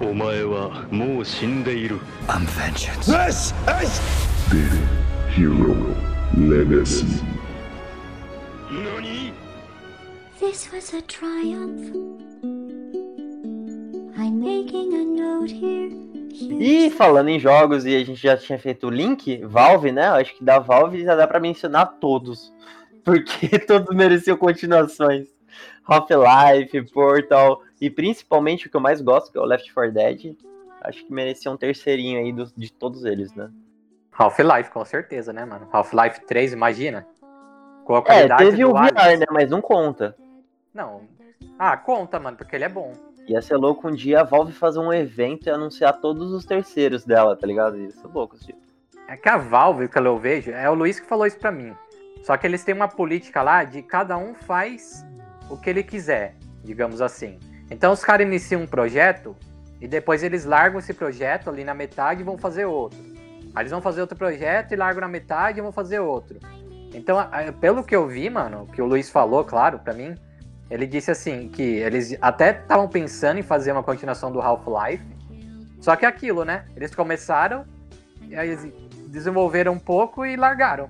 お前はもう死んでいる。 I'm vengeance. This is The Hero Legacy. 何？ This was a triumph. I'm making a note here. E falando em jogos, e a gente já tinha feito o link, Valve, né? Eu acho que da Valve já dá pra mencionar todos. Porque todos mereciam continuações. Half-Life, Portal, e principalmente o que eu mais gosto, que é o Left 4 Dead. Acho que merecia um terceirinho aí de todos eles, né? Half-Life, com certeza, né, mano? Half-Life 3, imagina. Com a qualidade teve do o VR, Alex. né? Mas não conta. Não. Ah, conta, mano, porque ele é bom. Ia ser louco um dia a Valve fazer um evento e anunciar todos os terceiros dela, tá ligado? Ia ser louco, tipo. É que a Valve, que eu vejo, é o Luiz que falou isso pra mim. Só que eles têm uma política lá de cada um faz o que ele quiser, digamos assim. Então os caras iniciam um projeto e depois eles largam esse projeto ali na metade e vão fazer outro. Aí eles vão fazer outro projeto e largam na metade e vão fazer outro. Então, pelo que eu vi, mano, que o Luiz falou, claro, pra mim, ele disse assim, que eles até estavam pensando em fazer uma continuação do Half-Life, só que é aquilo, né? Eles começaram, e aí eles desenvolveram um pouco e largaram.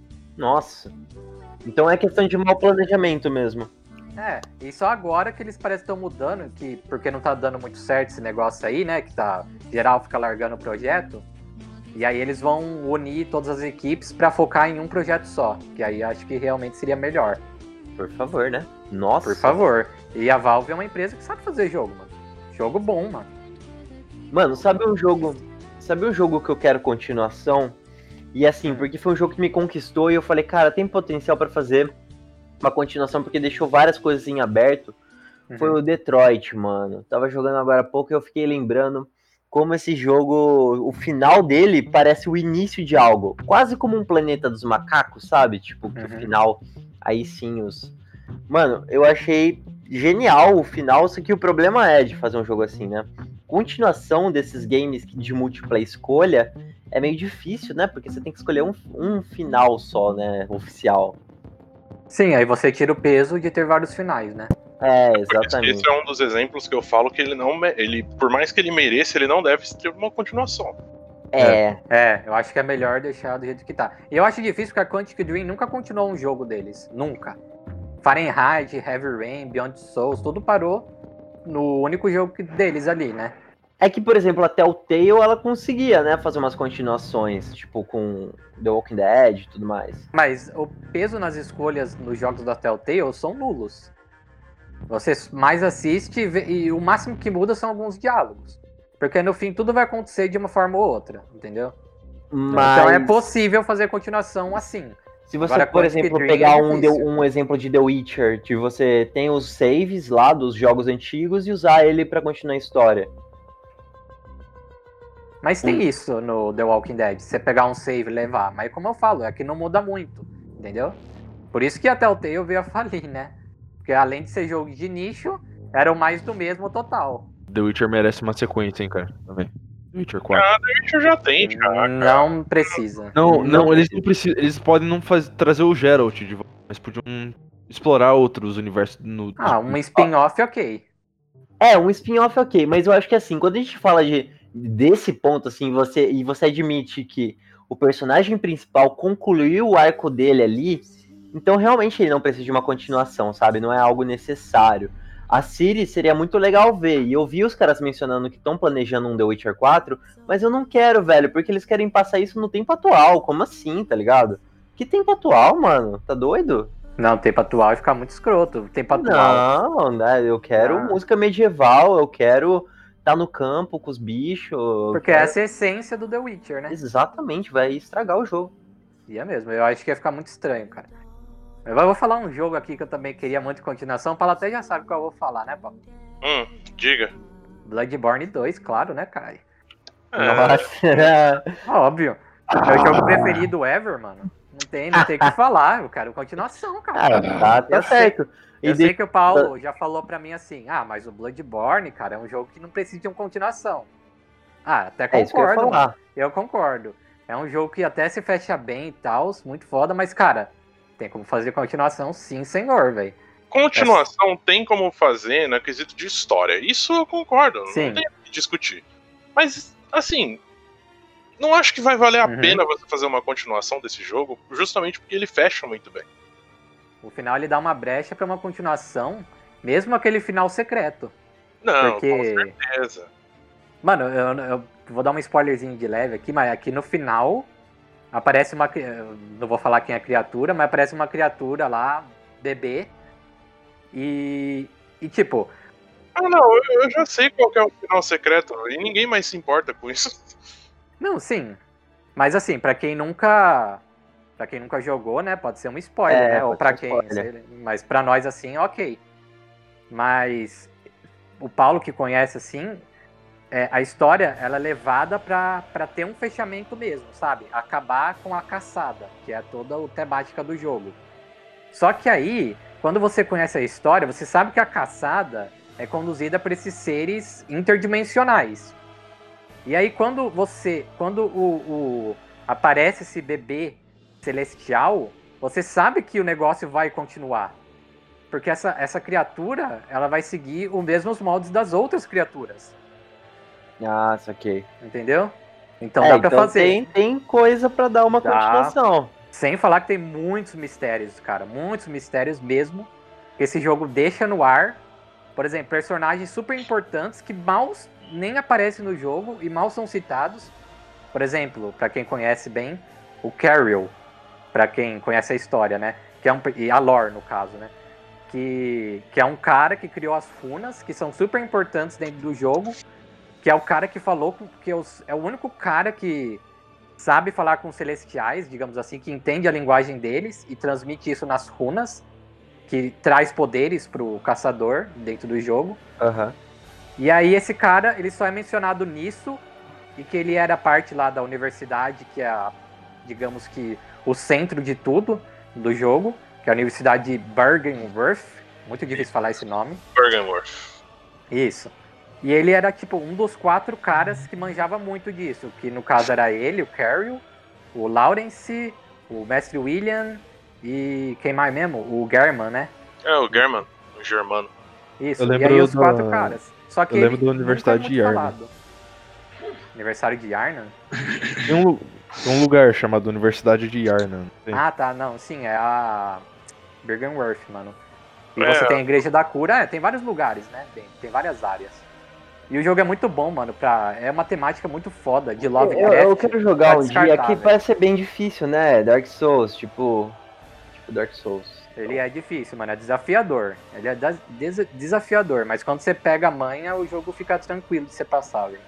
Nossa. Então é questão de mau planejamento mesmo. E só agora que eles parecem que estão mudando, porque não tá dando muito certo esse negócio aí, né? Que tá, geral fica largando o projeto. E aí eles vão unir todas as equipes pra focar em um projeto só. Que aí acho que realmente seria melhor. Por favor, né? Nossa. Por favor. E a Valve é uma empresa que sabe fazer jogo, mano. Jogo bom, mano. Mano, sabe um jogo que eu quero continuação? E assim, porque foi um jogo que me conquistou e eu falei, cara, tem potencial pra fazer uma continuação porque deixou várias coisas em aberto. Foi o Detroit, mano. Tava jogando agora há pouco e eu fiquei lembrando como esse jogo, o final dele parece o início de algo. Quase como um Planeta dos Macacos, sabe? Tipo, que o final, aí sim os... Mano, eu achei genial o final, só que o problema é de fazer um jogo assim, né? Continuação desses games de múltipla escolha é meio difícil, né? Porque você tem que escolher um final só, né? Oficial. Sim, aí você tira o peso de ter vários finais, né? Exatamente. Esse é um dos exemplos que eu falo que ele por mais que ele mereça, ele não deve ter uma continuação. Eu acho que é melhor deixar do jeito que tá. E eu acho difícil porque a Quantic Dream nunca continuou um jogo deles. Nunca. Fahrenheit, Heavy Rain, Beyond Souls, tudo parou no único jogo deles ali, né? É que, por exemplo, a Telltale, ela conseguia, né, fazer umas continuações, tipo, com The Walking Dead e tudo mais. Mas o peso nas escolhas nos jogos da Telltale são nulos. Você mais assiste e o máximo que muda são alguns diálogos. Porque no fim tudo vai acontecer de uma forma ou outra, entendeu? Mas... Então é possível fazer continuação assim. Se você, por exemplo, pegar um exemplo de The Witcher, que você tem os saves lá dos jogos antigos e usar ele pra continuar a história. Mas tem isso no The Walking Dead, você pegar um save e levar. Mas como eu falo, é que não muda muito, entendeu? Por isso que a Telltale veio a falir, né? Porque além de ser jogo de nicho, era o mais do mesmo total. The Witcher merece uma sequência, hein, cara, também. The Witcher 4. The Witcher já tem, cara. Não precisa. Não, eles não precisam. Eles podem não trazer o Geralt de volta, mas podiam explorar outros universos no. Um spin-off, ok. Um spin-off, ok, mas eu acho que assim, quando a gente fala desse ponto, assim, você admite que o personagem principal concluiu o arco dele ali, então realmente ele não precisa de uma continuação, sabe? Não é algo necessário. A Ciri seria muito legal ver, e eu vi os caras mencionando que estão planejando um The Witcher 4, mas eu não quero, velho, porque eles querem passar isso no tempo atual, como assim, tá ligado? Que tempo atual, mano? Tá doido? Não, tempo atual vai ficar muito escroto. Tempo atual. Não, né? Eu quero música medieval, eu quero estar no campo com os bichos. Porque essa é a essência do The Witcher, né? Exatamente, vai estragar o jogo. Ia mesmo, eu acho que ia ficar muito estranho, cara. Eu vou falar um jogo aqui que eu também queria muito continuação. O Paulo até já sabe qual eu vou falar, né, Paulo? Diga. Bloodborne 2, claro, né, cara? Nossa. Óbvio. É o jogo preferido ever, mano. Não tem o que falar. Eu quero continuação, cara. Tá certo. Eu sei que o Paulo já falou pra mim assim, mas o Bloodborne, cara, é um jogo que não precisa de uma continuação. Até concordo, mano. Eu concordo. É um jogo que até se fecha bem e tal, muito foda, mas, cara, tem como fazer continuação sim, senhor, velho. Continuação tem como fazer no quesito de história. Isso eu concordo. Sim. Não tem discutir. Mas, assim, não acho que vai valer a Uhum. pena você fazer uma continuação desse jogo, justamente porque ele fecha muito bem. O final ele dá uma brecha pra uma continuação, mesmo aquele final secreto. Não, Porque- com certeza. Mano, eu vou dar um spoilerzinho de leve aqui, mas aqui no final aparece uma. Eu não vou falar quem é a criatura, mas aparece uma criatura lá, bebê. E tipo, Ah, não, eu já sei qual que é o final secreto e ninguém mais se importa com isso. não, sim. Mas assim, pra quem nunca jogou, né, pode ser um spoiler, né? Ou pode pra ser quem, spoiler. mas pra nós assim, OK. Mas o Paulo que conhece assim, a história ela é levada pra ter um fechamento mesmo, sabe? Acabar com a caçada, que é toda a temática do jogo. Só que aí, quando você conhece a história, você sabe que a caçada é conduzida por esses seres interdimensionais. E aí quando aparece esse bebê celestial, você sabe que o negócio vai continuar. Porque essa criatura, ela vai seguir os mesmos moldes das outras criaturas. Ah, saquei. Entendeu? Então dá pra fazer. Tem coisa pra dar uma Dá. continuação. Sem falar que tem muitos mistérios, cara. Muitos mistérios mesmo. Que esse jogo deixa no ar. Por exemplo, personagens super importantes que mal nem aparecem no jogo e mal são citados. Por exemplo, pra quem conhece bem, o Carriel. Pra quem conhece a história, né? E a lore, no caso, né? Que é um cara que criou as runas, que são super importantes dentro do jogo. Que é o cara que falou que é o único cara que sabe falar com os celestiais, digamos assim, que entende a linguagem deles e transmite isso nas runas, que traz poderes pro caçador dentro do jogo. Aham. E aí esse cara, ele só é mencionado nisso, e que ele era parte lá da universidade, que é, digamos que, o centro de tudo do jogo, que é a Universidade de Byrgenwerth, muito difícil falar esse nome. Byrgenwerth. Isso. E ele era, tipo, um dos 4 caras que manjava muito disso. Que, no caso, era ele, o Carriel, o Lawrence, o Mestre William e quem mais mesmo? O German, né? É, o German, o germano. Isso, Eu e lembro aí os da- 4 caras. Só que eu ele lembro da Universidade nunca é de muito Yarna. falado. Aniversário de Yarna? Tem um lugar chamado Universidade de Yarna. não tem? Ah, tá, não, sim, é a Byrgenwerth, mano. E É. você tem a Igreja da Cura, tem vários lugares, né? Tem várias áreas. E o jogo é muito bom, mano, é uma temática muito foda, de Lovecraft. Eu quero jogar pra um dia descartar, que velho. parece ser bem difícil, né? Dark Souls, tipo Dark Souls. Ele é difícil, mano, é desafiador. Ele é desafiador, mas quando você pega a manha, o jogo fica tranquilo de você passar, velho.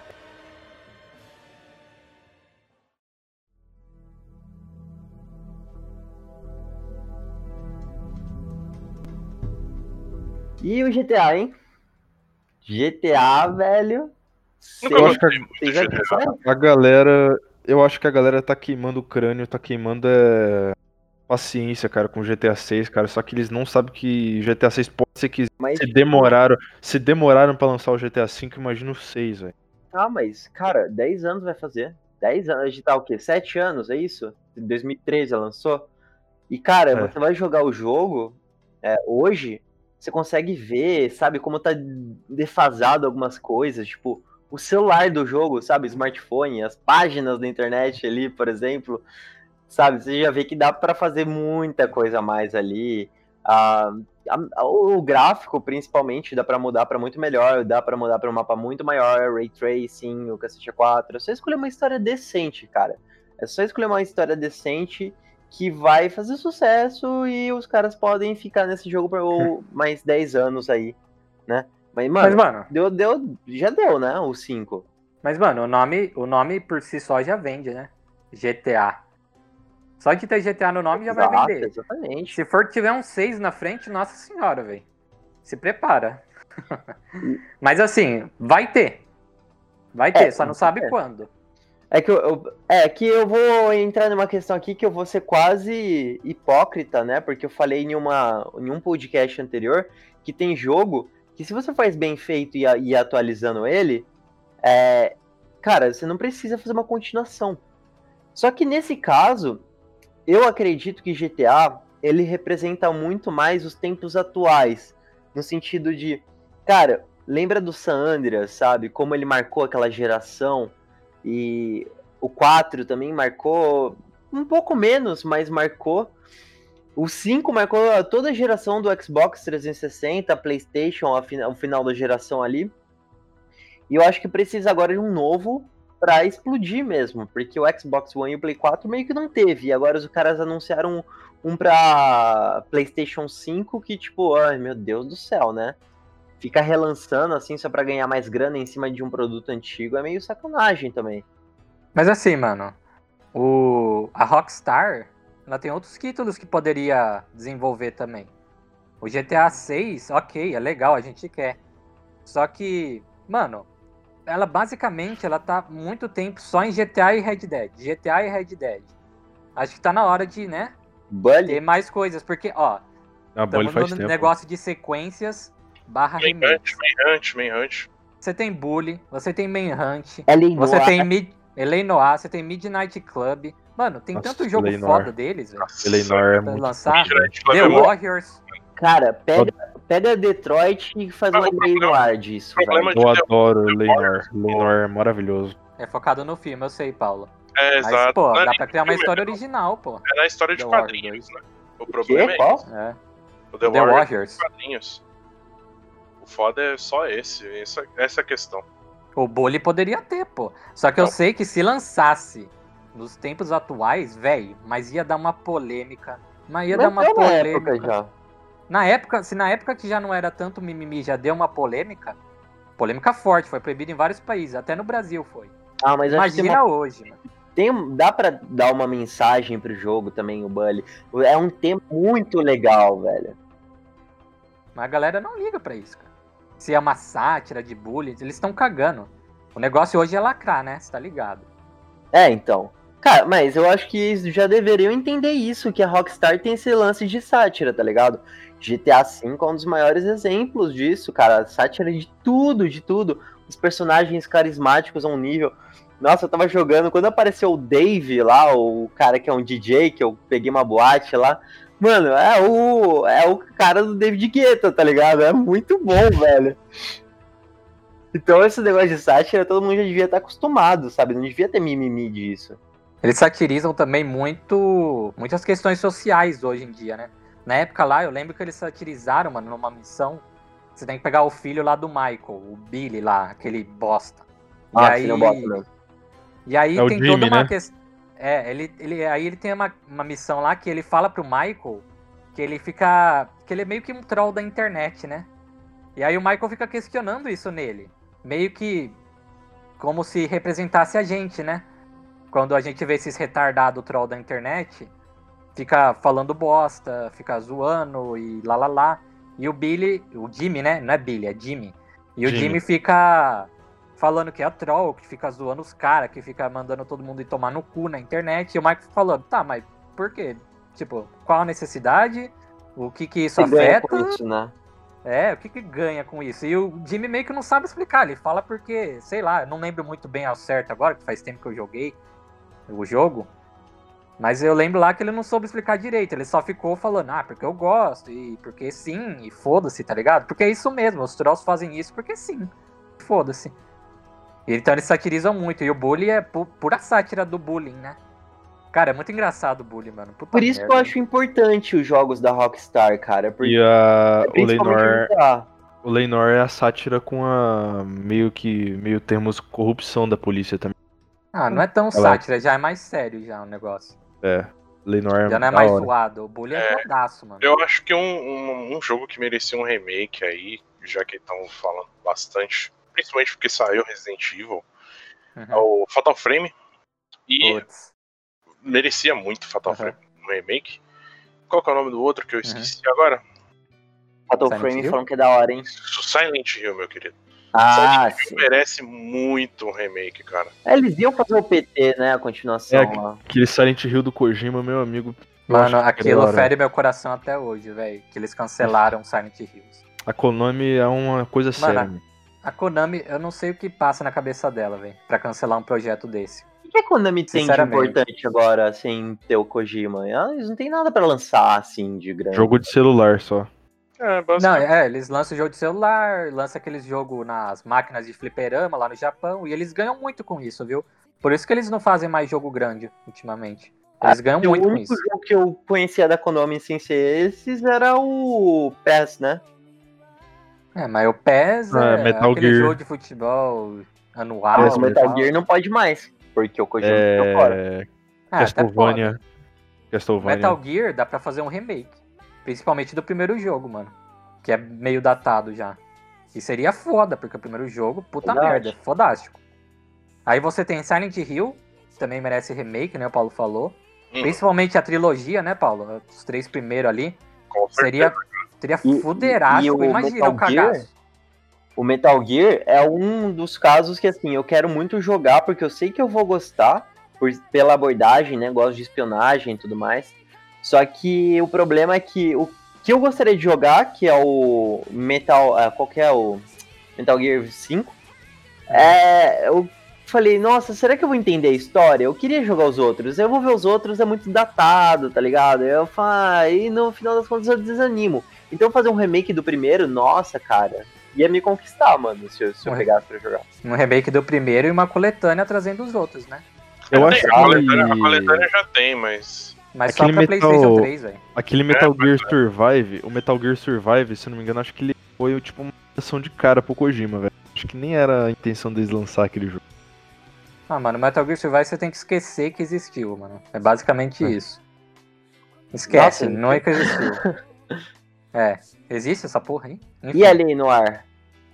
E o GTA, hein? GTA, velho. Nunca Eu acho que gostei muito de Vocês já GTA. pensaram? a galera. Eu acho que a galera tá queimando o crânio, tá queimando paciência, cara, com GTA 6, cara. Só que eles não sabem que GTA 6 pode ser que Mas, se demoraram pra lançar o GTA 5, imagina o 6, velho. mas, cara, 10 anos vai fazer. 10 anos, a gente tá o quê? 7 anos, é isso? Em 2013 lançou. E, cara, É. você vai jogar o jogo hoje, você consegue ver, sabe, como tá defasado algumas coisas, tipo, o celular do jogo, sabe, smartphone, as páginas da internet ali, por exemplo, sabe, você já vê que dá pra fazer muita coisa a mais ali. O gráfico, principalmente, dá pra mudar pra muito melhor, dá pra mudar pra um mapa muito maior, Ray Tracing, o cacete 4. É só escolher uma história decente, cara. É só escolher uma história decente que vai fazer sucesso e os caras podem ficar nesse jogo por mais 10 anos aí, né? Mas, Mas, mano, mano, já deu, né? O 5. o nome por si só já vende, né? GTA. Só de ter GTA no nome já vai vender. Exatamente. Se for tiver um 6 na frente, nossa senhora, velho. Se prepara. Mas assim, vai ter. Vai ter, só não sabe quando. É que eu vou entrar numa questão aqui que eu vou ser quase hipócrita, né? Porque eu falei em um podcast anterior que tem jogo que se você faz bem feito e ir atualizando ele, cara, você não precisa fazer uma continuação. Só que nesse caso, eu acredito que GTA, ele representa muito mais os tempos atuais. No sentido de, cara, lembra do San Andreas, sabe? Como ele marcou aquela geração. E o 4 também marcou um pouco menos, mas marcou. O 5 marcou toda a geração do Xbox 360, PlayStation, ao final da geração ali. E eu acho que precisa agora de um novo pra explodir mesmo, porque o Xbox One e o Play 4 meio que não teve. E agora os caras anunciaram um pra PlayStation 5 que, tipo, ai meu Deus do céu, né? Fica relançando assim só pra ganhar mais grana em cima de um produto antigo é meio sacanagem também. Mas assim, mano, a Rockstar, ela tem outros títulos que poderia desenvolver também. O GTA 6, ok, é legal, a gente quer. Só que, mano, ela basicamente ela tá muito tempo só em GTA e Red Dead. GTA e Red Dead. Acho que tá na hora de, né, Bully? ter mais coisas. Porque, ó, A Bully faz estamos no tempo. negócio de sequências barra remakes. Manhunt. Você tem Bully, você tem Manhunt, L.A. você Noire. tem L.A. Noire, você tem Midnight Club. Mano, tem Nossa, tanto jogo L.A. foda Noire. deles, velho. Eleanor é Pra muito lançar. Midnight Club The é muito- Warriors. Cara, pega Detroit e faz uma L.A. Noire disso, problema velho. Eu de adoro Eleanor. Eleanor é maravilhoso. É focado no filme, eu sei, Paulo. É, Mas, exato. pô, Não é dá nem pra criar uma filme, história original, pô. É na história de The quadrinhos, né? O problema é Qual? É. o The The Warriors Warriors. de quadrinhos. O foda é só essa é a questão. O Bully poderia ter, pô. Só que eu Não. sei que se lançasse nos tempos atuais, velho, mas ia dar uma polêmica. Mas ia dar uma Mas deu na polêmica. época já. Se na época que já não era tanto mimimi, já deu uma polêmica, polêmica forte, foi proibido em vários países, até no Brasil foi. Ah, mas acho que tem Imagina uma- hoje, mano. dá pra dar uma mensagem pro jogo também, o Bully. É um tema muito legal, velho. Mas a galera não liga pra isso, cara. Se é uma sátira de bullying, eles estão cagando. O negócio hoje é lacrar, né? Você tá ligado? É, então. Cara, mas eu acho que eles já deveriam entender isso, que a Rockstar tem esse lance de sátira, tá ligado? GTA V é um dos maiores exemplos disso, cara. Sátira de tudo, de tudo. Os personagens carismáticos a um nível. Nossa, eu tava jogando, quando apareceu o Dave lá, o cara que é um DJ, que eu peguei uma boate lá. Mano, é o cara do David Guetta, tá ligado? É muito bom, velho. Então esse negócio de sátira, todo mundo já devia estar acostumado, sabe? Não devia ter mimimi disso. Eles satirizam também muitas questões sociais hoje em dia, né? Na época lá, eu lembro que eles satirizaram, mano, numa missão. Você tem que pegar o filho lá do Michael, o Billy lá, aquele bosta. E Ah, aí, que não bota mesmo. E aí É o tem Jimmy, toda uma né? questão. É, ele tem uma missão lá que ele fala pro Michael que ele fica. Que ele é meio que um troll da internet, né? E aí o Michael fica questionando isso nele. Meio que como se representasse a gente, né? Quando a gente vê esses retardados troll da internet, fica falando bosta, fica zoando e lá. E o Jimmy, né? Não é Billy, é Jimmy. E o Jimmy. Jimmy fica falando que é troll, que fica zoando os caras, que fica mandando todo mundo ir tomar no cu na internet. E o Michael falando, tá, mas por quê? Tipo, qual a necessidade? O que isso Você ganha afeta? com isso, né? É, o que ganha com isso? E o Jimmy meio que não sabe explicar. Ele fala porque, sei lá, eu não lembro muito bem ao certo agora, que faz tempo que eu joguei o jogo. Mas eu lembro lá que ele não soube explicar direito. Ele só ficou falando, porque eu gosto, e porque sim, e foda-se, tá ligado? Porque é isso mesmo, os trolls fazem isso porque sim, foda-se. Então eles satirizam muito, e o bullying é pura sátira do bullying, né? Cara, é muito engraçado o bullying, mano. Puta Por isso que eu merda. acho importante os jogos da Rockstar, cara. Porque E o principalmente Eleanor, o GTA. o Eleanor é a sátira com a meio termos corrupção da polícia também. Ah, não é tão sátira, já é mais sério já o negócio. É. Eleanor Já não é da mais hora. zoado. O bullying é jogaço, mano. Eu acho que um jogo que merecia um remake aí, já que estão falando bastante, principalmente porque saiu Resident Evil, é o Fatal Frame. E Putz. merecia muito Fatal Frame um remake. Qual que é o nome do outro que eu esqueci agora? Fatal Silent Frame Hill? falam que é da hora, hein? Silent Hill, meu querido. Ah, Silent Hill sim. merece muito um remake, cara. Eles iam fazer o PT, né? A continuação É, lá. Aquele Silent Hill do Kojima, meu amigo. eu Mano, acho que aquilo da hora. fere meu coração até hoje, velho. Que eles cancelaram Silent Hills. A Konami é uma coisa séria. Mano, a Konami, eu não sei o que passa na cabeça dela, velho. Pra cancelar um projeto desse. O que a Konami tem de Sinceramente. importante agora, sem ter o Kojima? Eles não tem nada pra lançar, assim, de grande. Jogo de celular só. É, Não, basicamente. eles lançam jogo de celular, lançam aqueles jogos nas máquinas de fliperama lá no Japão, e eles ganham muito com isso, viu? Por isso que eles não fazem mais jogo grande ultimamente. Eles ganham O muito com único isso. jogo que eu conhecia da Konami sem ser esses era o PES, né? Mas o PES é Metal aquele Gear. jogo de futebol anual. Mas o e Metal tal. Gear não pode mais, porque o Kojima ficou fora. É... Até pode. Castlevania. Metal Gear dá pra fazer um remake. Principalmente do primeiro jogo, mano. Que é meio datado já. E seria foda, porque o primeiro jogo, puta Verdade. merda, é fodástico. Aí você tem Silent Hill, que também merece remake, né? O Paulo falou. Principalmente a trilogia, né, Paulo? Os 3 primeiros ali. Com Seria E fuderástico, o imagina o Metal Gear? cagaço. O Metal Gear é um dos casos que, assim, eu quero muito jogar, porque eu sei que eu vou gostar, pela abordagem, né? Gosto de espionagem e tudo mais. Só que o problema é que o que eu gostaria de jogar, que é o Metal... qual que é o Metal Gear 5? Eu falei, nossa, será que eu vou entender a história? Eu queria jogar os outros. Eu vou ver os outros, é muito datado, tá ligado? Eu falo, e no final das contas eu desanimo. Então fazer um remake do primeiro, nossa, cara, ia me conquistar, mano, se eu pegasse pra jogar. Um remake do primeiro e uma coletânea trazendo os outros, né? Eu acho A que coletânea já tem, mas. Mas Aquele só pra PlayStation 3, velho. aquele Metal Gear Survive, o Metal Gear Survive, se eu não me engano, acho que ele foi tipo uma ação de cara pro Kojima, velho. Acho que nem era a intenção deles lançar aquele jogo. Ah, mano, Metal Gear Survive você tem que esquecer que existiu, mano. É basicamente isso. Esquece, Nossa, não é que existiu. Existe essa porra aí? Enfim, E ali no ar?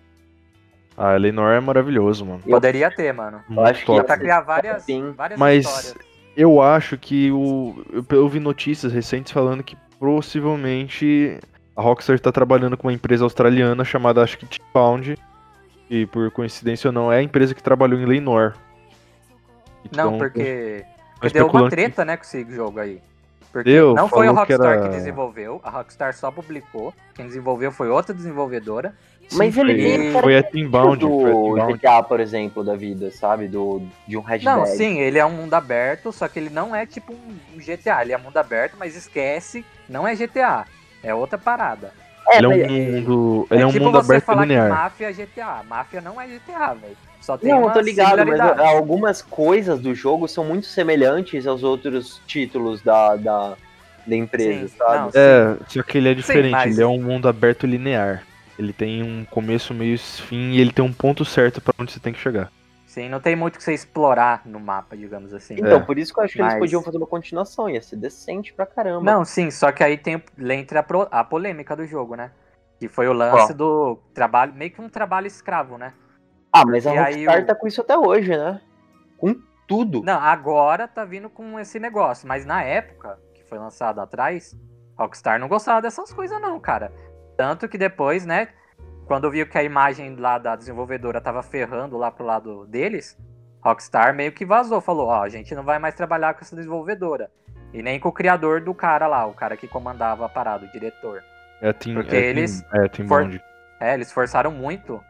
Ah, Eleanor é maravilhoso, mano. poderia ter, mano. Eu acho que Dá Top. pra criar várias Sim. histórias. Mas eu acho que eu vi notícias recentes falando que possivelmente a Rockstar tá trabalhando com uma empresa australiana chamada, acho que T-Pound, e por coincidência ou não, é a empresa que trabalhou em Eleanor. Não, Então, porque tô deu uma especulando que- treta, né, com esse jogo aí. Porque Deu, não foi a falou que Rockstar era- que desenvolveu, a Rockstar só publicou. Quem desenvolveu foi outra desenvolvedora. Mas ele foi- tem Foi a característica Teambound, foi a do Teambound. GTA, por exemplo, da vida, sabe? De um Red Não, Dead. sim, ele é um mundo aberto, só que ele não é tipo um GTA. Ele é mundo aberto, mas esquece, não é GTA. É outra parada. Ele é mas- um mundo, ele é um tipo mundo você aberto e falar que linear. Máfia é GTA. Máfia não é GTA, velho. Só tem Não, eu uma tô ligado, mas similaridade. algumas coisas do jogo são muito semelhantes aos outros títulos da empresa, Sim, sabe? não, É, só que ele é diferente, mas- ele é um mundo aberto e linear. Ele tem um começo, meio e fim, e ele tem um ponto certo pra onde você tem que chegar. Sim, não tem muito que você explorar no mapa, digamos assim. Então, por isso que eu acho que eles Mas- podiam fazer uma continuação, ia ser decente pra caramba. Não, sim, só que aí entra a polêmica do jogo, né? Que foi o lance do trabalho, meio que um trabalho escravo, né? Mas a porque aí Rockstar o- tá com isso até hoje, né? Com tudo. Não, agora tá vindo com esse negócio, mas na época, que foi lançado atrás, Rockstar não gostava dessas coisas não, cara. Tanto que depois, né, quando viu que a imagem lá da desenvolvedora tava ferrando lá pro lado deles, Rockstar meio que vazou, falou, ó, a gente não vai mais trabalhar com essa desenvolvedora. E nem com o criador do cara lá, o cara que comandava a parada, o diretor. É Team, Porque eles Teambound. Eles forçaram muito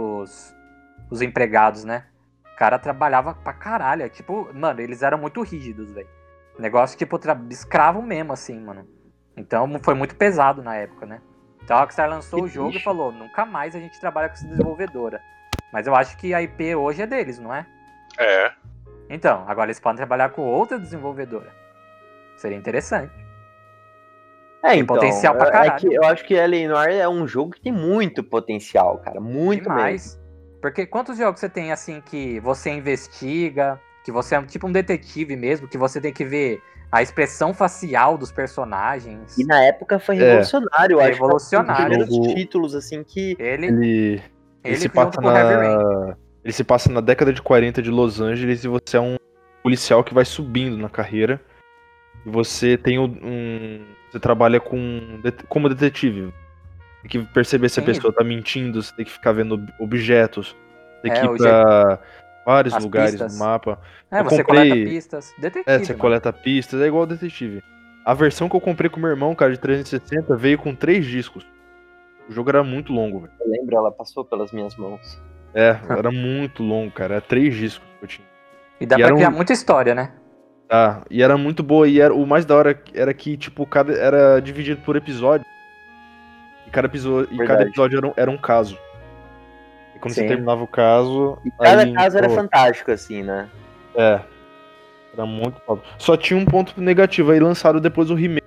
os empregados, né? O cara trabalhava pra caralho. Tipo, mano, eles eram muito rígidos, velho. Negócio tipo escravo mesmo, assim, mano. Então foi muito pesado na época, né? Então a Rockstar lançou Que o jogo bicho. e falou: nunca mais a gente trabalha com essa desenvolvedora. Mas eu acho que a IP hoje é deles, não é? É. Então, agora eles podem trabalhar com outra desenvolvedora. Seria interessante. Tem potencial pra caralho. que eu acho que Eleanor é um jogo que tem muito potencial, cara. Muito mesmo. Demais. Porque quantos jogos você tem assim que você investiga, que você é tipo um detetive mesmo, que você tem que ver a expressão facial dos personagens. E na época foi revolucionário, eu acho. Revolucionário. Que foi um dos primeiros Jogo- títulos, assim, que... Ele se junto passa com o Heavy Rain. ele se passa na década de 40 de Los Angeles e você é um policial que vai subindo na carreira. E você tem você trabalha como detetive. Tem que perceber se a Sim. pessoa tá mentindo, você tem que ficar vendo objetos, tem que ir o pra vários as lugares pistas. no mapa. É, eu você comprei- coleta pistas. Detetive. É, você mano. coleta pistas, é igual detetive. A versão que eu comprei com meu irmão, cara, de 360, veio com 3 discos. O jogo era muito longo, velho. Eu lembro, ela passou pelas minhas mãos. É, era muito longo, cara. Era 3 discos que eu tinha. E dá E pra era criar muita história, né? Tá, e era muito boa. E o mais da hora era que, tipo, era dividido por episódio. E cada Verdade. episódio era um caso. E quando você Sim. terminava o caso. E cada aí, caso era pô, fantástico, assim, né? É. Era muito top. Só tinha um ponto negativo, aí lançaram depois o remake.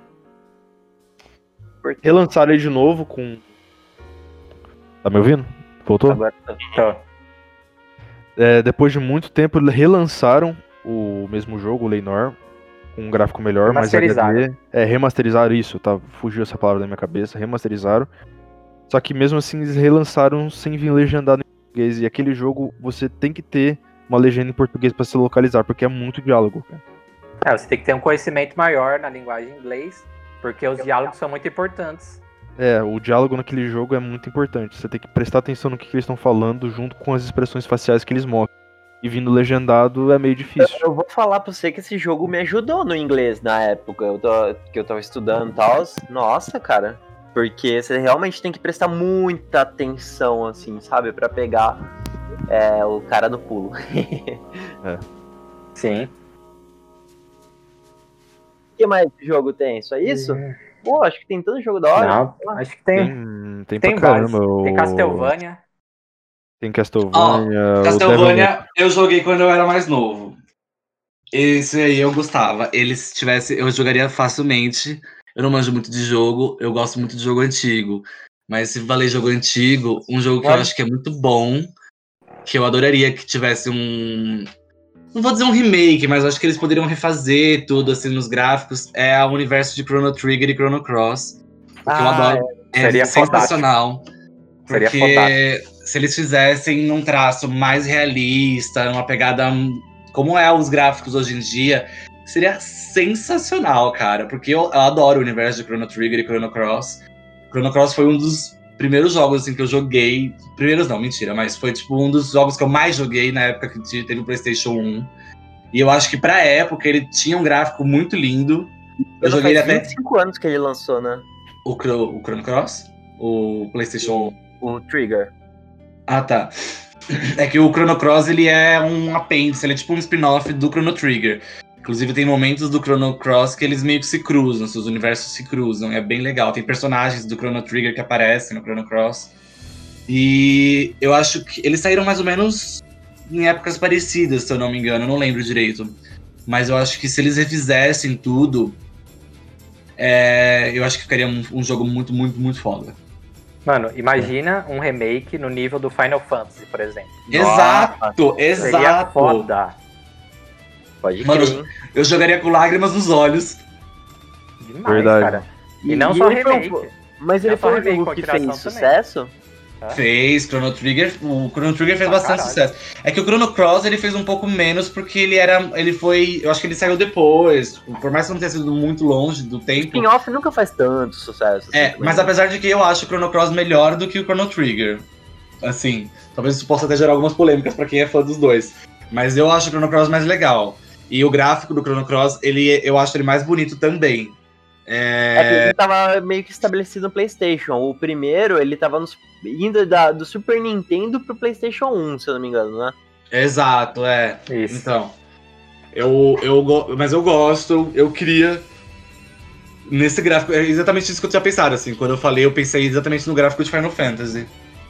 Por quê? Relançaram ele de novo com. Tá me ouvindo? Voltou? Agora tá. Tô. Depois de muito tempo, relançaram o mesmo jogo, o Leinor, com um gráfico melhor, mais Remasterizaram. HD. Remasterizaram isso, tá? Fugiu essa palavra da minha cabeça. Remasterizaram. Só que mesmo assim, eles relançaram sem vir legendado em português. E aquele jogo, você tem que ter uma legenda em português pra se localizar, porque é muito diálogo, cara. Você tem que ter um conhecimento maior na linguagem inglês, porque os diálogos são muito importantes. O diálogo naquele jogo é muito importante. Você tem que prestar atenção no que eles estão falando junto com as expressões faciais que eles mostram. E vindo legendado é meio difícil. Eu vou falar pra você que esse jogo me ajudou no inglês na época que eu tava estudando e tal. Nossa, cara. Porque você realmente tem que prestar muita atenção, assim, sabe? Pra pegar o cara no pulo. Sim. O que mais esse jogo tem? Só isso? Pô, acho que tem tanto jogo da hora. Não, acho que tem Tem pra vários. caramba. Tem Castlevania. Tem Castlevania. o Castlevania eu joguei quando eu era mais novo. Esse aí eu gostava. Eu jogaria facilmente. Eu não manjo muito de jogo, eu gosto muito de jogo antigo. Mas se valer jogo antigo, um jogo que eu acho que é muito bom, que eu adoraria que tivesse um... Não vou dizer um remake, mas eu acho que eles poderiam refazer tudo assim nos gráficos. É o universo de Chrono Trigger e Chrono Cross. Porque eu adoro. Seria sensacional. Seria Porque fantástico. se eles fizessem um traço mais realista, uma pegada como é os gráficos hoje em dia, seria sensacional, cara. Porque eu adoro o universo de Chrono Trigger e Chrono Cross. Chrono Cross foi um dos primeiros jogos assim, que eu joguei. Primeiros não, mentira, mas foi tipo um dos jogos que eu mais joguei na época que teve o PlayStation 1. E eu acho que pra época ele tinha um gráfico muito lindo. Eu joguei ele faz até 25 anos que ele lançou, né? o Chrono Cross, o PlayStation 1. O Trigger. Ah, tá. É que o Chrono Cross, ele é um apêndice, ele é tipo um spin-off do Chrono Trigger. Inclusive tem momentos do Chrono Cross que eles meio que se cruzam, seus universos se cruzam, é bem legal. Tem personagens do Chrono Trigger que aparecem no Chrono Cross. E eu acho que eles saíram mais ou menos em épocas parecidas, se eu não me engano, eu não lembro direito. Mas eu acho que se eles refizessem tudo, eu acho que ficaria um jogo muito, muito, muito foda. Mano, imagina um remake no nível do Final Fantasy, por exemplo. Exato, Seria exato. foda. Pode Mano, crer, hein? eu jogaria com lágrimas nos olhos. Demais, Verdade. cara. E não só ele foi um- remake. Mas ele Não só foi um remake, jogo que continuação fez também. sucesso? Fez, Chrono Trigger. O Chrono Trigger fez Pra bastante caralho. sucesso. É que o Chrono Cross ele fez um pouco menos porque ele foi. Eu acho que ele saiu depois. Por mais que não tenha sido muito longe do O tempo. spin-off nunca faz tanto sucesso. assim, Mas também. apesar de que eu acho o Chrono Cross melhor do que o Chrono Trigger. Assim, talvez isso possa até gerar algumas polêmicas pra quem é fã dos dois. Mas eu acho o Chrono Cross mais legal. E o gráfico do Chrono Cross, eu acho ele mais bonito também. É que ele tava meio que estabelecido no PlayStation. O primeiro, ele tava indo do Super Nintendo pro PlayStation 1, se eu não me engano, né? Exato, Isso. Então, mas eu gosto, eu queria nesse gráfico, é exatamente isso que eu tinha pensado, assim, quando eu falei, eu pensei exatamente no gráfico de Final Fantasy.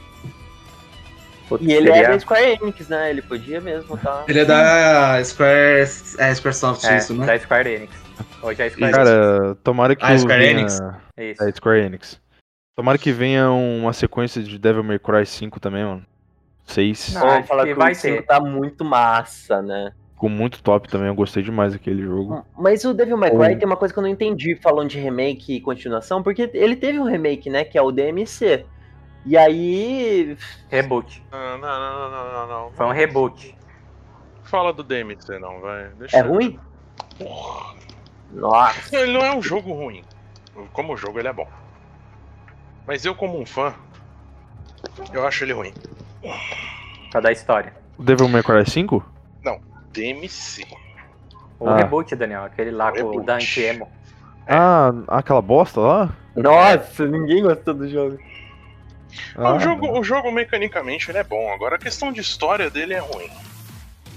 Putz, E ele seria- é da Square Enix, né? Ele podia mesmo, tá? Ele é da Squaresoft, isso, né? da Square Enix. Hoje é a Square Cara, tomara que Square venha... Enix? Enix. Isso. Square Enix. Tomara que venha uma sequência de Devil May Cry 5 também, mano. 6. Não, Vou acho falar que que vai o 5 ter. tá muito massa, né? Ficou muito top também, eu gostei demais daquele jogo. Mas o Devil May Cry tem uma coisa que eu não entendi falando de remake e continuação, porque ele teve um remake, né? Que é o DMC. E aí. Reboot. Não. Foi um reboot. Fala do DMC não, vai. Deixa É ruim? Nossa. Ele não é um jogo ruim. Como jogo ele é bom. Mas eu como um fã, eu acho ele ruim. Pra dar história. O Devil May Cry 5? DMC. O Ah. reboot, Daniel. Aquele lá O com o reboot. Dante Emo. Ah, aquela bosta lá? Nossa, ninguém gostou do jogo. Ah, O jogo mecanicamente ele é bom. Agora a questão de história dele é ruim.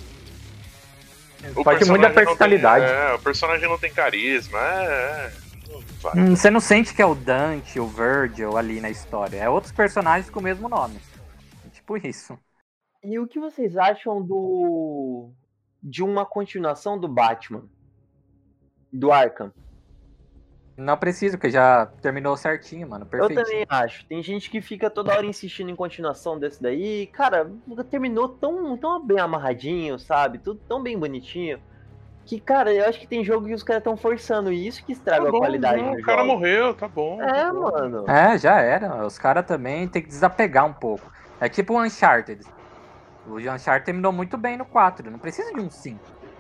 O Pode ter muita personagem não tem- personalidade. o personagem não tem carisma. vai. Você não sente que é o Dante, o Virgil ali na história. É outros personagens com o mesmo nome. Tipo isso. E o que vocês acham de uma continuação do Batman? Do Arkham? Não precisa, porque já terminou certinho, mano. Eu Perfeitinho. também acho. Tem gente que fica toda hora insistindo em continuação desse daí. Cara, terminou tão bem amarradinho, sabe? Tudo tão bem bonitinho. Que, cara, eu acho que tem jogo que os caras estão forçando e isso que estraga Tá bom, a qualidade não, do o cara jogo. morreu, tá bom. É, mano. É, já era. Os caras também tem que desapegar um pouco. É tipo o Uncharted. O Uncharted terminou muito bem no 4. Não precisa de um 5.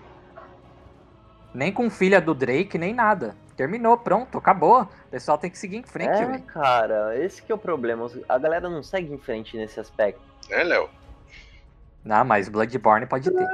Nem com filha do Drake, nem nada. Terminou, pronto, acabou. O pessoal tem que seguir em frente, É, velho. cara, esse que é o problema. A galera não segue em frente nesse aspecto. É, Léo. Não, mas Bloodborne pode ter.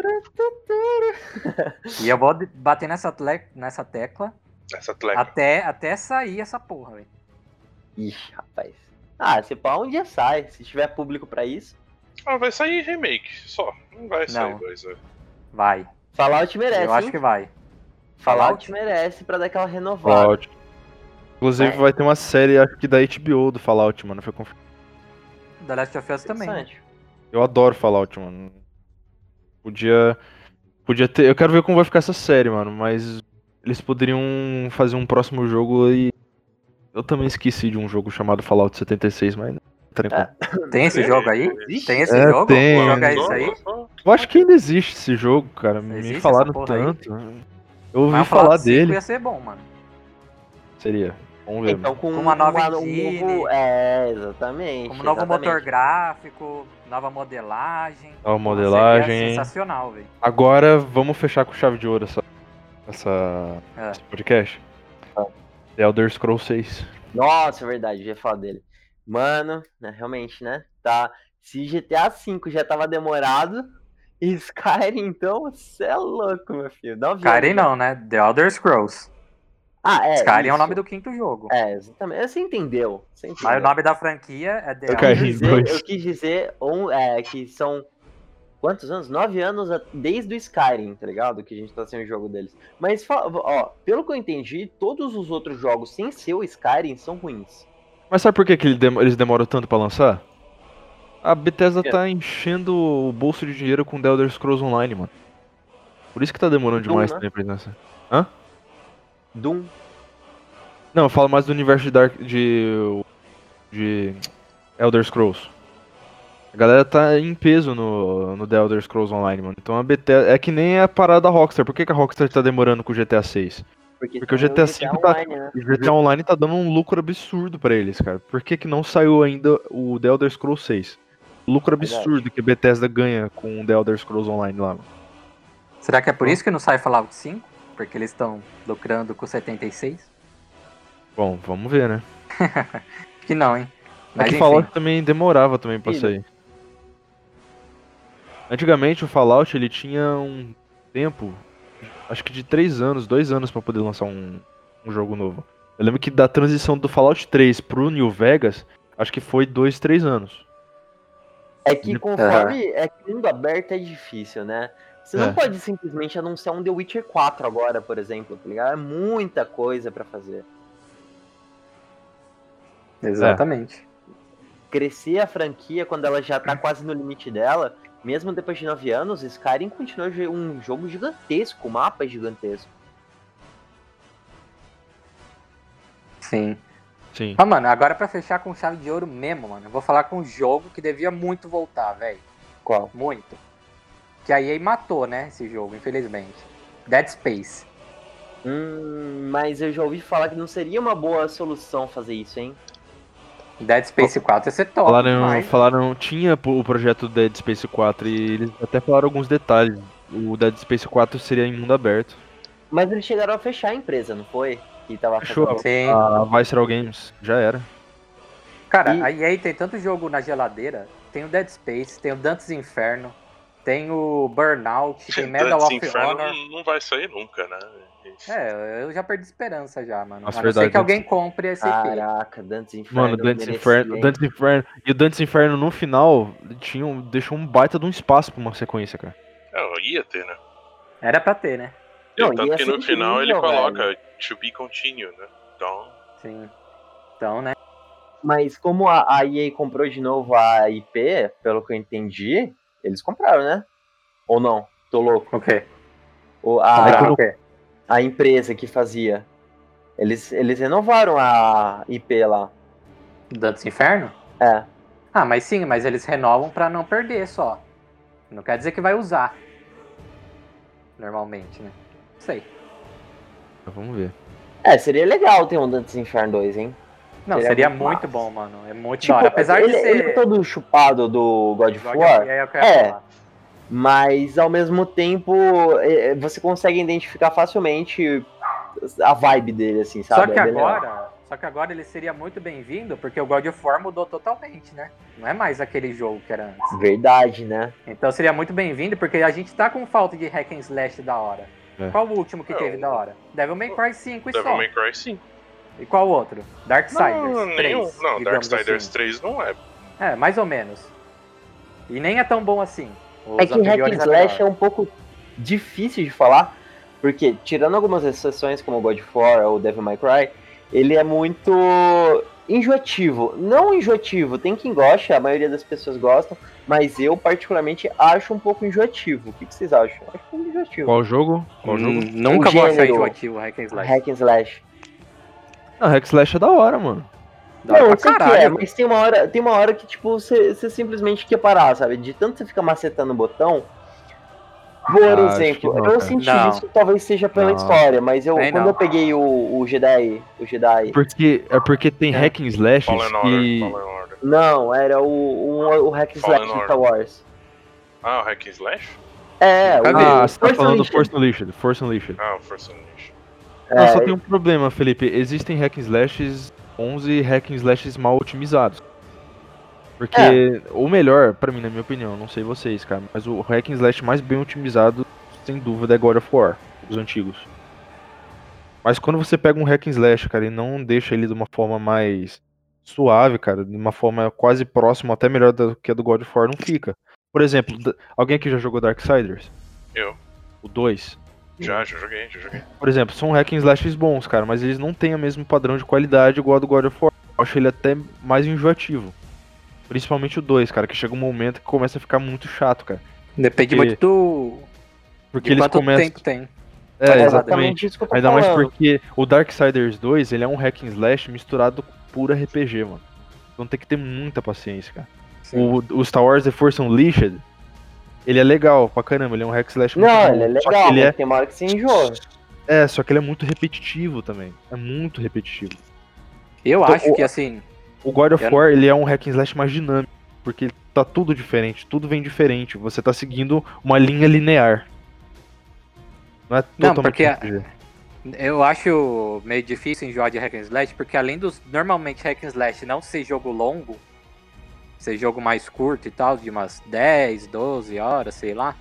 E eu vou bater nessa tecla Essa tleca. até sair essa porra, velho. Ixi, rapaz. Ah, se pá, um dia sai. Se tiver público pra isso. Ah, vai sair remake, só. Não vai sair Não. 2, Vai. Fallout merece, Eu acho hein? que vai. Fallout merece pra dar aquela renovada. Fallout. Inclusive vai ter uma série, acho que da HBO do Fallout, mano. Foi confirmado. The Last of Us também, né? Interessante. Eu adoro Fallout, mano. Podia ter. Eu quero ver como vai ficar essa série, mano. Mas eles poderiam fazer um próximo jogo e. Eu também esqueci de um jogo chamado Fallout 76, mas não tá em conta. Tem esse jogo aí? Existe? Tem esse É, jogo? tem. Que jogo é esse aí? Eu acho que ainda existe esse jogo, cara. Me Existe falaram essa porra aí? tanto. Eu ouvi Mas o falar Fallout 5 dele. ia ser bom, mano. Seria. Vamos ver. Então, mano. com uma nova um engine. novo... É, exatamente. Como novo exatamente. motor gráfico, nova modelagem. Nova Seria modelagem. sensacional, velho. Agora vamos fechar com chave de ouro É. esse podcast. The Elder Scrolls 6. Nossa, é verdade, eu ia falar dele. Mano, né, realmente, né? Tá. Se GTA V já tava demorado, Skyrim, então, você é louco, meu filho. Dá um Skyrim não, né? The Elder Scrolls. Ah, é. Skyrim é o isso. nome do quinto jogo. É, exatamente. Você entendeu. Você entendeu. Mas o nome da franquia é The Eu Elder caí. Scrolls. dois. Eu quis dizer que são. Quantos anos? 9 anos desde o Skyrim, tá ligado? Que a gente tá sem o jogo deles. Mas, ó, pelo que eu entendi, todos os outros jogos sem ser o Skyrim são ruins. Mas sabe por que eles demoram tanto pra lançar? A Bethesda tá enchendo o bolso de dinheiro com The Elder Scrolls Online, mano. Por isso que tá demorando Doom, demais né? também pra lançar. Hã? Doom. Não, eu falo mais do universo de Elder Scrolls. A galera tá em peso no The Elder Scrolls Online, mano. Então a Bethesda... É que nem a parada da Rockstar. Por que a Rockstar tá demorando com o GTA 6? Porque o tem GTA V Online, né? O GTA Online tá dando um lucro absurdo pra eles, cara. Por que não saiu ainda o The Elder Scrolls 6? Lucro absurdo que a Bethesda ganha com o The Elder Scrolls Online lá, mano. Será que é por isso que não sai Fallout 5? Porque eles estão lucrando com 76? Bom, vamos ver, né? Acho que não, hein? É Mas que enfim. Fallout também demorava também pra Filho. sair. Antigamente o Fallout ele tinha um tempo, acho que de 3 anos, 2 anos pra poder lançar um jogo novo. Eu lembro que da transição do Fallout 3 pro New Vegas, acho que foi 2, 3 anos. É que conforme é que mundo aberto é difícil, né? Você É. não pode simplesmente anunciar um The Witcher 4 agora, por exemplo, tá ligado? É muita coisa pra fazer. Exatamente. Crescer a franquia quando ela já tá quase no limite dela, mesmo depois de 9 anos, Skyrim continua um jogo gigantesco, o mapa é gigantesco. Sim. Sim. Mas, mano, agora pra fechar com chave de ouro mesmo, mano, eu vou falar com um jogo que devia muito voltar, velho. Qual? Muito. Que a EA matou, né, esse jogo, infelizmente. Dead Space. Mas eu já ouvi falar que não seria uma boa solução fazer isso, hein? Dead Space 4 ia ser top demais. Falaram, tinha o projeto do Dead Space 4 e eles até falaram alguns detalhes. O Dead Space 4 seria em mundo aberto. Mas eles chegaram a fechar a empresa, não foi? Que tava Fechou. fazendo... Sim. A Visceral Games, já era. Cara, E- a EA tem tanto jogo na geladeira. Tem o Dead Space, tem o Dante's Inferno, tem o Burnout, tem Medal Dante's of Inferno Honor. não vai sair nunca, né? É, eu já perdi esperança já, mano. Nossa, A não ser verdade, que alguém compre esse IP. Caraca, Dante's Inferno. Mano, Dante's merecia, Inferno, hein? Dante's Inferno. E o Dante's Inferno no final deixou um baita de um espaço pra uma sequência, cara. Ia ter, né? Era pra ter, né? Não, Tanto ia que ser no final ele incrível, coloca to be continued, né? Então, Sim. Então, né? Mas como a EA comprou de novo a IP, pelo que eu entendi, eles compraram, né? Ou não? Tô louco. O quê? A, O quê? a empresa que fazia. Eles renovaram a IP lá. Dantes Inferno? É. Ah, mas sim, mas eles renovam pra não perder só. Não quer dizer que vai usar. Normalmente, né? Não sei. Vamos ver. Seria legal ter um Dantes Inferno 2, hein? Não, Seria seria muito muito massa. bom, mano. É muito Tipo, da hora. Apesar ele, de ser. ele é todo chupado do God of God War. of- é o que eu ia falar. Mas ao mesmo tempo você consegue identificar facilmente a vibe dele, assim, sabe? Só que É bem legal. agora ele seria muito bem-vindo, porque o God of War mudou totalmente, né? Não é mais aquele jogo que era antes. Verdade, né? Então seria muito bem-vindo, porque a gente tá com falta de hack and slash da hora. É. Qual o último que teve da hora? Devil May Cry 5 e Devil só. May Cry 5. E qual o outro? Darksiders Não, 3. nenhum. Não, digamos Darksiders assim. 3 não é. É, mais ou menos. E nem é tão bom assim. Os É que hack and anteriores slash é melhor. um pouco difícil de falar, porque tirando algumas exceções como God of War ou Devil May Cry, ele é muito enjoativo. Não enjoativo, tem quem gosta, a maioria das pessoas gostam, mas eu particularmente acho um pouco enjoativo. O que vocês acham? Eu acho um pouco enjoativo. Qual jogo? Qual jogo? Nunca O vou achar gênero enjoativo o hack and slash. Hack and slash. Ah, Hack Slash é da hora, mano. Da hora Não, eu pra sei que caralho. é, mas tem uma hora que, tipo, você simplesmente quer parar, sabe? De tanto você ficar macetando o botão. Por acho exemplo, que não, eu cara. senti Não. isso talvez seja pela Não. história, mas Tem quando não. eu peguei o Jedi. Porque tem Hack and Slashes Fallen Order. que... Fallen Order. Não, era o Hack and Fallen Slash de Order. Star Wars. Ah, o Hack and Slash? É, Nunca o vi. Ah, você tá Force falando do Unleashed. Force Unleashed. Ah, o Force Unleashed. Não, só É, tem um problema, Felipe. Existem Hack and Slashes 11 Hack and Slashes mal otimizados. Porque o melhor, pra mim, na minha opinião, não sei vocês, cara, mas o Hack and Slash mais bem otimizado, sem dúvida, é God of War, os antigos. Mas quando você pega um Hack and Slash, cara, e não deixa ele de uma forma mais suave, cara, de uma forma quase próxima, até melhor do que a do God of War, não fica. Por exemplo, alguém aqui já jogou Darksiders? Eu. O 2? Já joguei. Por exemplo, são hack and slashes bons, cara, mas eles não têm o mesmo padrão de qualidade igual a do God of War. Eu acho ele até mais enjoativo. Principalmente o 2, cara, que chega um momento que começa a ficar muito chato, cara. Depende Porque- muito do. Porque de eles quanto começam... tempo tem. É, exatamente exatamente. isso que eu tô Ainda mais falando. porque o Darksiders 2, ele é um hack and slash misturado com puro RPG, mano. Então tem que ter muita paciência, cara. O Star Wars The Force Unleashed, ele é legal pra caramba, ele é um hack and slash muito Não, bom. ele é Só legal, que ele mas é... tem uma hora que você enjoa. Só que ele é muito repetitivo também. É muito repetitivo. Eu Então, acho que assim. O God of Eu- War, ele é um hack and slash mais dinâmico, porque tá tudo diferente, tudo vem diferente. Você tá seguindo uma linha linear. Não é Não, totalmente porque RPG. Eu acho meio difícil enjoar de hack and slash, porque além dos normalmente hack and slash não ser jogo longo, ser jogo mais curto e tal, de umas 10, 12 horas, sei lá.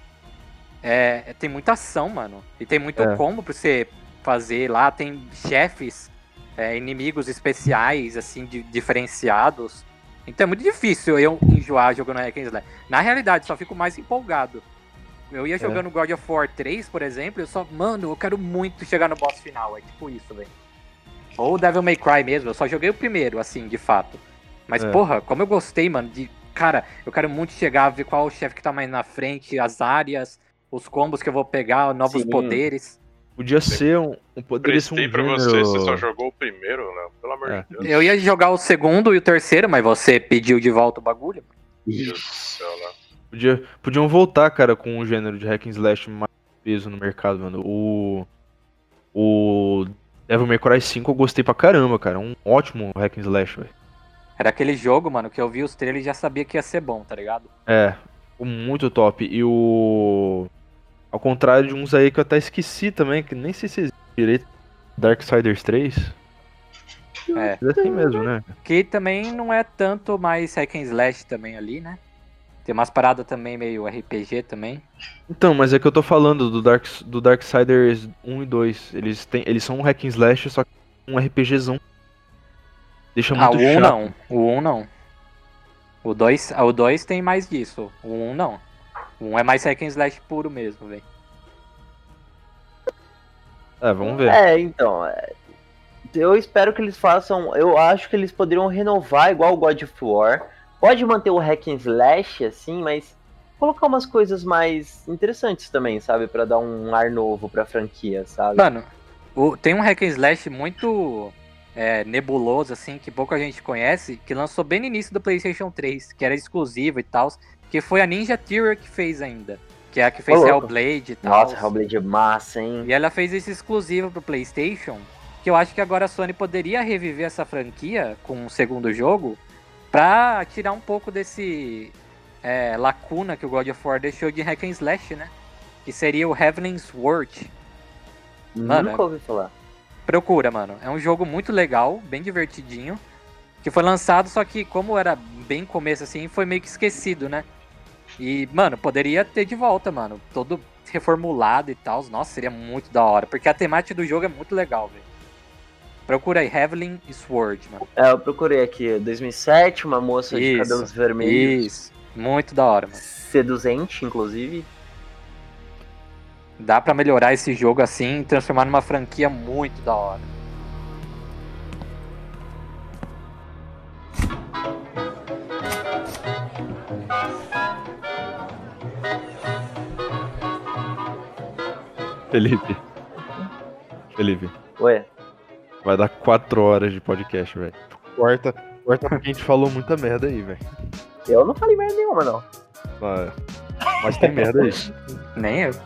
Tem muita ação, mano. E tem muito É. combo pra você fazer lá. Tem chefes, inimigos especiais, assim, diferenciados. Então é muito difícil eu enjoar jogando hack and slash. Na realidade, só fico mais empolgado. Eu ia jogando God of War 3, por exemplo, mano, eu quero muito chegar no boss final. É tipo isso, velho. Ou Devil May Cry mesmo, eu só joguei o primeiro, assim, de fato. Mas, porra, como eu gostei, mano, cara, eu quero muito chegar, ver qual o chefe que tá mais na frente, as áreas, os combos que eu vou pegar, novos Sim. poderes. Podia ser poderia ser um Prestei pra gênero... você só jogou o primeiro, né? Pelo amor É. de Deus. Eu ia jogar o segundo e o terceiro, mas você pediu de volta o bagulho. Meu Deus do céu, né? Podiam voltar, cara, com um gênero de hack and slash mais peso no mercado, mano. O Devil May Cry 5 eu gostei pra caramba, cara. Um ótimo hack and slash, velho. Era aquele jogo, mano, que eu vi os trailers e já sabia que ia ser bom, tá ligado? Ficou muito top. E ao contrário de uns aí que eu até esqueci também, que nem sei se existe direito. Darksiders 3. É. É assim mesmo, né? Que também não é tanto mais hack and slash também ali, né? Tem umas paradas também meio RPG também. Então, mas é que eu tô falando do Darksiders 1 e 2. Eles são um hack and slash, só que um RPGzão. Deixa muito O 1 chato. não. O 1 não. O 2 tem mais disso. O 1 não. O 1 é mais hack and slash puro mesmo, velho. Vamos ver. Então. Eu espero que eles façam. Eu acho que eles poderiam renovar igual o God of War. Pode manter o hack and slash, assim, mas colocar umas coisas mais interessantes também, sabe? Pra dar um ar novo pra franquia, sabe? Mano, tem um hack and slash muito nebuloso, assim, que pouca gente conhece, que lançou bem no início do PlayStation 3, que era exclusivo e tal, que foi a Ninja Theory que fez ainda. Que é a que fez Hellblade e tal. Nossa, Hellblade é massa, hein? E ela fez esse exclusivo pro PlayStation, que eu acho que agora a Sony poderia reviver essa franquia com um segundo jogo, pra tirar um pouco desse lacuna que o God of War deixou de hack and slash, né? Que seria o Heavenly Sword. Mano, Nunca ouvi falar. Procura, mano. É um jogo muito legal, bem divertidinho, que foi lançado, só que como era bem começo assim, foi meio que esquecido, né? E, mano, poderia ter de volta, mano. Todo reformulado e tal. Nossa, seria muito da hora, porque a temática do jogo é muito legal, velho. Procura aí, Heavenly Sword, mano. Eu procurei aqui, 2007, uma moça de cabelos vermelhos. Isso, muito da hora, mano. Seduzente, inclusive. Dá pra melhorar esse jogo assim e transformar numa franquia muito da hora. Felipe. Ué. Vai dar 4 horas de podcast, velho. Corta porque a gente falou muita merda aí, velho. Eu não falei merda nenhuma, não. Mas tem merda aí. Nem eu.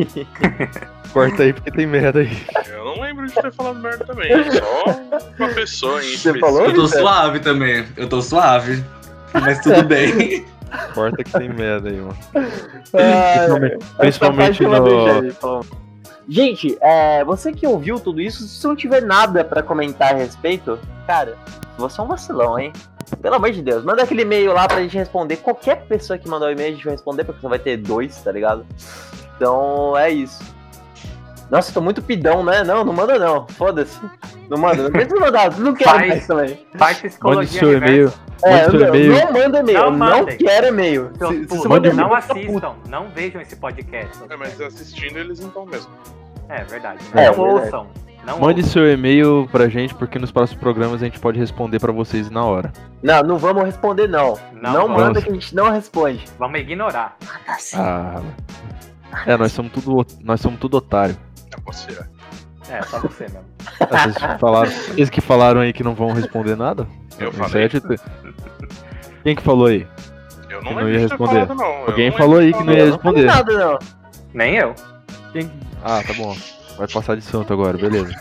Corta aí porque tem merda aí. Eu não lembro de ter falado merda também. Só uma pessoa em Você específico. falou? Eu tô suave também. Eu tô suave. Mas tudo bem. Corta que tem merda aí, mano. Ai, Principalmente essa parte eu no... lamejei, falou. Gente, você que ouviu tudo isso, se não tiver nada pra comentar a respeito, cara, você é um vacilão, hein? Pelo amor de Deus, manda aquele e-mail lá pra gente responder. Qualquer pessoa que mandar o e-mail a gente vai responder, porque só vai ter 2, tá ligado? Então é isso. Nossa, eu tô muito pidão, né? Não manda não, foda-se. Não manda, não mandar, não quero mais também. Faz Mande psicologia seu e-mail. É, Mande seu e-mail. não manda e-mail, Não não mandem. quero e-mail. Seus Se putos, manda não e-mail, assistam, não vejam esse podcast. Mas assistindo eles não estão mesmo. É verdade. É, Não verdade. ouçam. Não Mande ouçam. seu e-mail pra gente, porque nos próximos programas a gente pode responder pra vocês na hora. Não vamos responder não. Não vamos. manda que a gente não responde. Vamos ignorar. Ah. Nós somos tudo otário. É você. Só você mesmo. Vocês que falaram aí que não vão responder nada? Eu Isso falei. é Quem que falou aí? Eu Que não não lembro ia de ter responder. falado, não. Alguém Eu não falou lembro aí de que ter não ia Eu não falei responder. nada não. Nem eu. Tá bom. Vai passar de santo agora, beleza.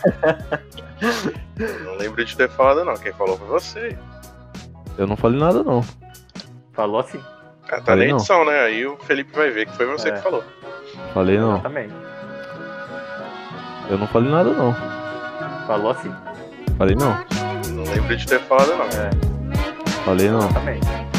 Eu não lembro de ter falado, não. Quem falou foi você. Eu não falei nada, não. Falou assim. Tá na Falei não. edição, né? Aí o Felipe vai ver que foi você que falou. Falei não. Também. Eu não falei nada, não. Falou assim. Falei não. Não lembro de ter falado, não. Falei não. Também.